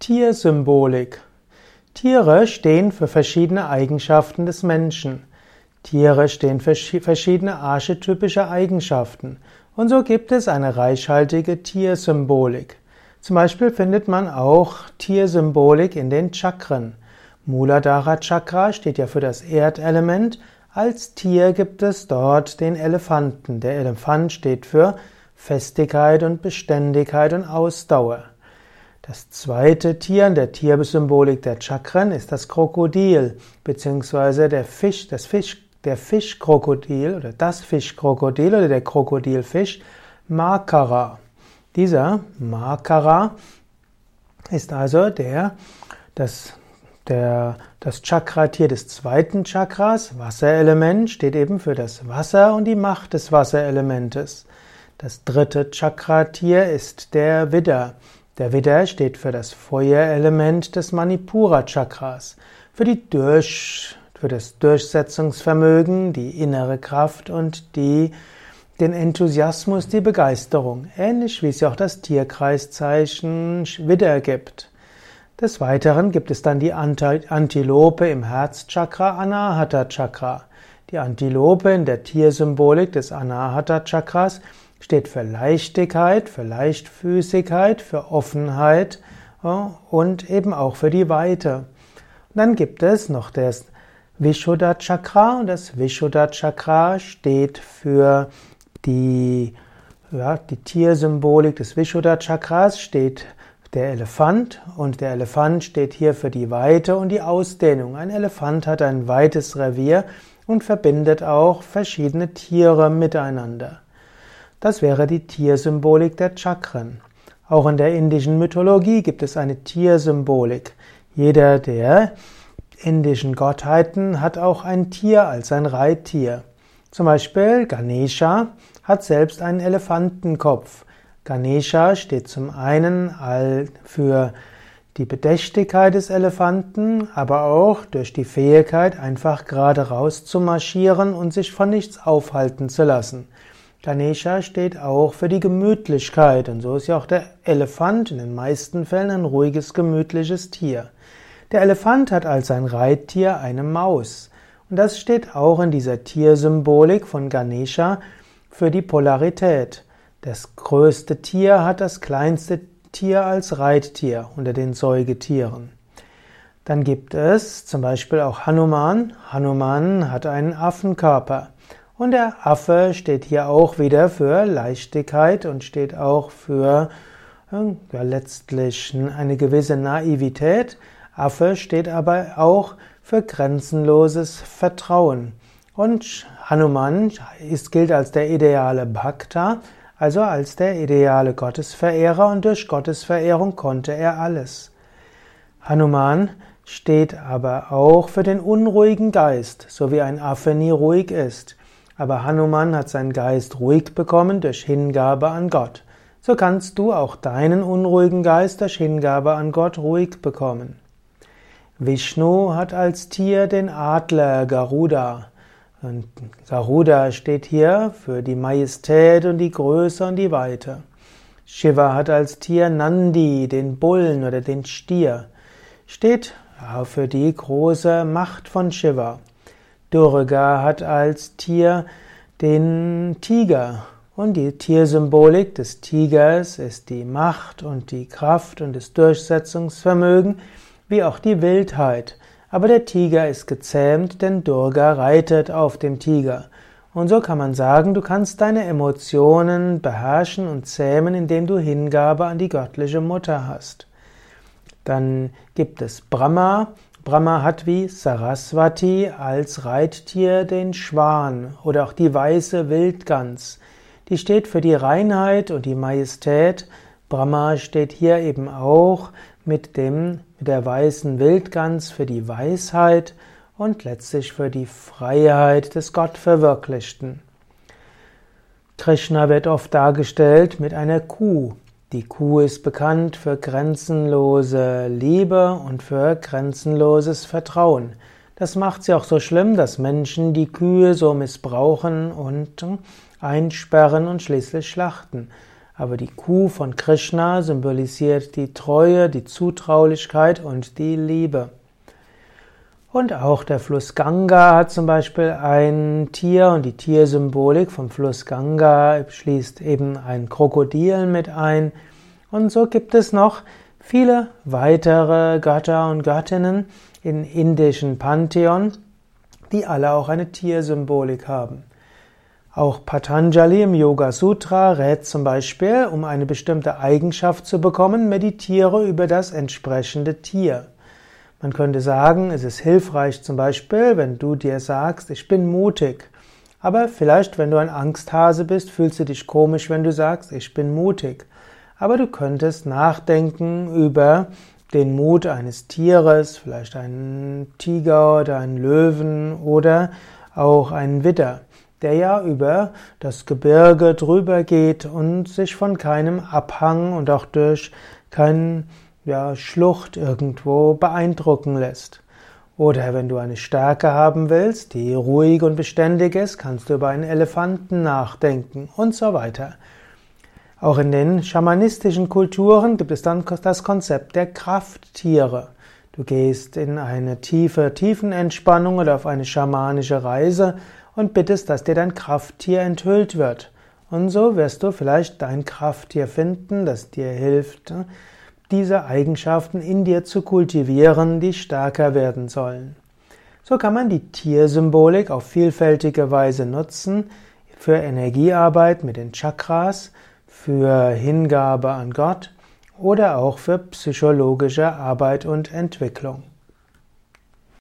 Tiersymbolik. Tiere stehen für verschiedene Eigenschaften des Menschen. Tiere stehen für verschiedene archetypische Eigenschaften. Und so gibt es eine reichhaltige Tiersymbolik. Zum Beispiel findet man auch Tiersymbolik in den Chakren. Muladhara Chakra steht ja für das Erdelement. Als Tier gibt es dort den Elefanten. Der Elefant steht für Festigkeit und Beständigkeit und Ausdauer. Das zweite Tier in der Tiersymbolik der Chakren ist das Krokodil, beziehungsweise der Fischkrokodil oder das Fischkrokodil oder der Krokodilfisch, Makara. Dieser Makara ist also das Chakratier des zweiten Chakras, Wasserelement, steht eben für das Wasser und die Macht des Wasserelementes. Das dritte Chakratier ist der Widder. Der Widder steht für das Feuerelement des Manipura Chakras, für das Durchsetzungsvermögen, die innere Kraft und den Enthusiasmus, die Begeisterung, ähnlich wie es ja auch das Tierkreiszeichen Widder gibt. Des Weiteren gibt es dann die Antilope im Herzchakra, Anahata Chakra. Die Antilope in der Tiersymbolik des Anahata Chakras steht für Leichtigkeit, für Leichtfüßigkeit, für Offenheit und eben auch für die Weite. Und dann gibt es noch das Vishuddha Chakra und das Vishuddha Chakra steht für die Tiersymbolik des Vishuddha Chakras steht der Elefant und der Elefant steht hier für die Weite und die Ausdehnung. Ein Elefant hat ein weites Revier und verbindet auch verschiedene Tiere miteinander. Das wäre die Tiersymbolik der Chakren. Auch in der indischen Mythologie gibt es eine Tiersymbolik. Jeder der indischen Gottheiten hat auch ein Tier als ein Reittier. Zum Beispiel Ganesha hat selbst einen Elefantenkopf. Ganesha steht zum einen für die Bedächtigkeit des Elefanten, aber auch durch die Fähigkeit, einfach gerade raus zu marschieren und sich von nichts aufhalten zu lassen. Ganesha steht auch für die Gemütlichkeit und so ist ja auch der Elefant in den meisten Fällen ein ruhiges, gemütliches Tier. Der Elefant hat als sein Reittier eine Maus und das steht auch in dieser Tiersymbolik von Ganesha für die Polarität. Das größte Tier hat das kleinste Tier als Reittier unter den Säugetieren. Dann gibt es zum Beispiel auch Hanuman. Hanuman hat einen Affenkörper. Und der Affe steht hier auch wieder für Leichtigkeit und steht auch für letztlich eine gewisse Naivität. Affe steht aber auch für grenzenloses Vertrauen. Und Hanuman gilt als der ideale Bhakta, also als der ideale Gottesverehrer und durch Gottesverehrung konnte er alles. Hanuman steht aber auch für den unruhigen Geist, so wie ein Affe nie ruhig ist. Aber Hanuman hat seinen Geist ruhig bekommen durch Hingabe an Gott. So kannst du auch deinen unruhigen Geist durch Hingabe an Gott ruhig bekommen. Vishnu hat als Tier den Adler Garuda. Und Garuda steht hier für die Majestät und die Größe und die Weite. Shiva hat als Tier Nandi, den Bullen oder den Stier. Steht für die große Macht von Shiva. Durga hat als Tier den Tiger und die Tiersymbolik des Tigers ist die Macht und die Kraft und das Durchsetzungsvermögen, wie auch die Wildheit. Aber der Tiger ist gezähmt, denn Durga reitet auf dem Tiger. Und so kann man sagen, du kannst deine Emotionen beherrschen und zähmen, indem du Hingabe an die göttliche Mutter hast. Dann gibt es Brahma. Brahma hat wie Saraswati als Reittier den Schwan oder auch die weiße Wildgans. Die steht für die Reinheit und die Majestät. Brahma steht hier eben auch mit der weißen Wildgans für die Weisheit und letztlich für die Freiheit des Gottverwirklichten. Krishna wird oft dargestellt mit einer Kuh. Die Kuh ist bekannt für grenzenlose Liebe und für grenzenloses Vertrauen. Das macht sie auch so schlimm, dass Menschen die Kühe so missbrauchen und einsperren und schließlich schlachten. Aber die Kuh von Krishna symbolisiert die Treue, die Zutraulichkeit und die Liebe. Und auch der Fluss Ganga hat zum Beispiel ein Tier und die Tiersymbolik vom Fluss Ganga schließt eben ein Krokodil mit ein. Und so gibt es noch viele weitere Götter und Göttinnen im indischen Pantheon, die alle auch eine Tiersymbolik haben. Auch Patanjali im Yoga Sutra rät zum Beispiel, um eine bestimmte Eigenschaft zu bekommen, meditiere über das entsprechende Tier. Man könnte sagen, es ist hilfreich zum Beispiel, wenn du dir sagst, ich bin mutig. Aber vielleicht, wenn du ein Angsthase bist, fühlst du dich komisch, wenn du sagst, ich bin mutig. Aber du könntest nachdenken über den Mut eines Tieres, vielleicht einen Tiger oder einen Löwen oder auch einen Widder, der ja über das Gebirge drüber geht und sich von keinem Abhang und auch durch keine Schlucht irgendwo beeindrucken lässt. Oder wenn du eine Stärke haben willst, die ruhig und beständig ist, kannst du über einen Elefanten nachdenken und so weiter. Auch in den schamanistischen Kulturen gibt es dann das Konzept der Krafttiere. Du gehst in eine tiefe Tiefenentspannung oder auf eine schamanische Reise und bittest, dass dir dein Krafttier enthüllt wird. Und so wirst du vielleicht dein Krafttier finden, das dir hilft, diese Eigenschaften in dir zu kultivieren, die stärker werden sollen. So kann man die Tiersymbolik auf vielfältige Weise nutzen, für Energiearbeit mit den Chakras, für Hingabe an Gott oder auch für psychologische Arbeit und Entwicklung.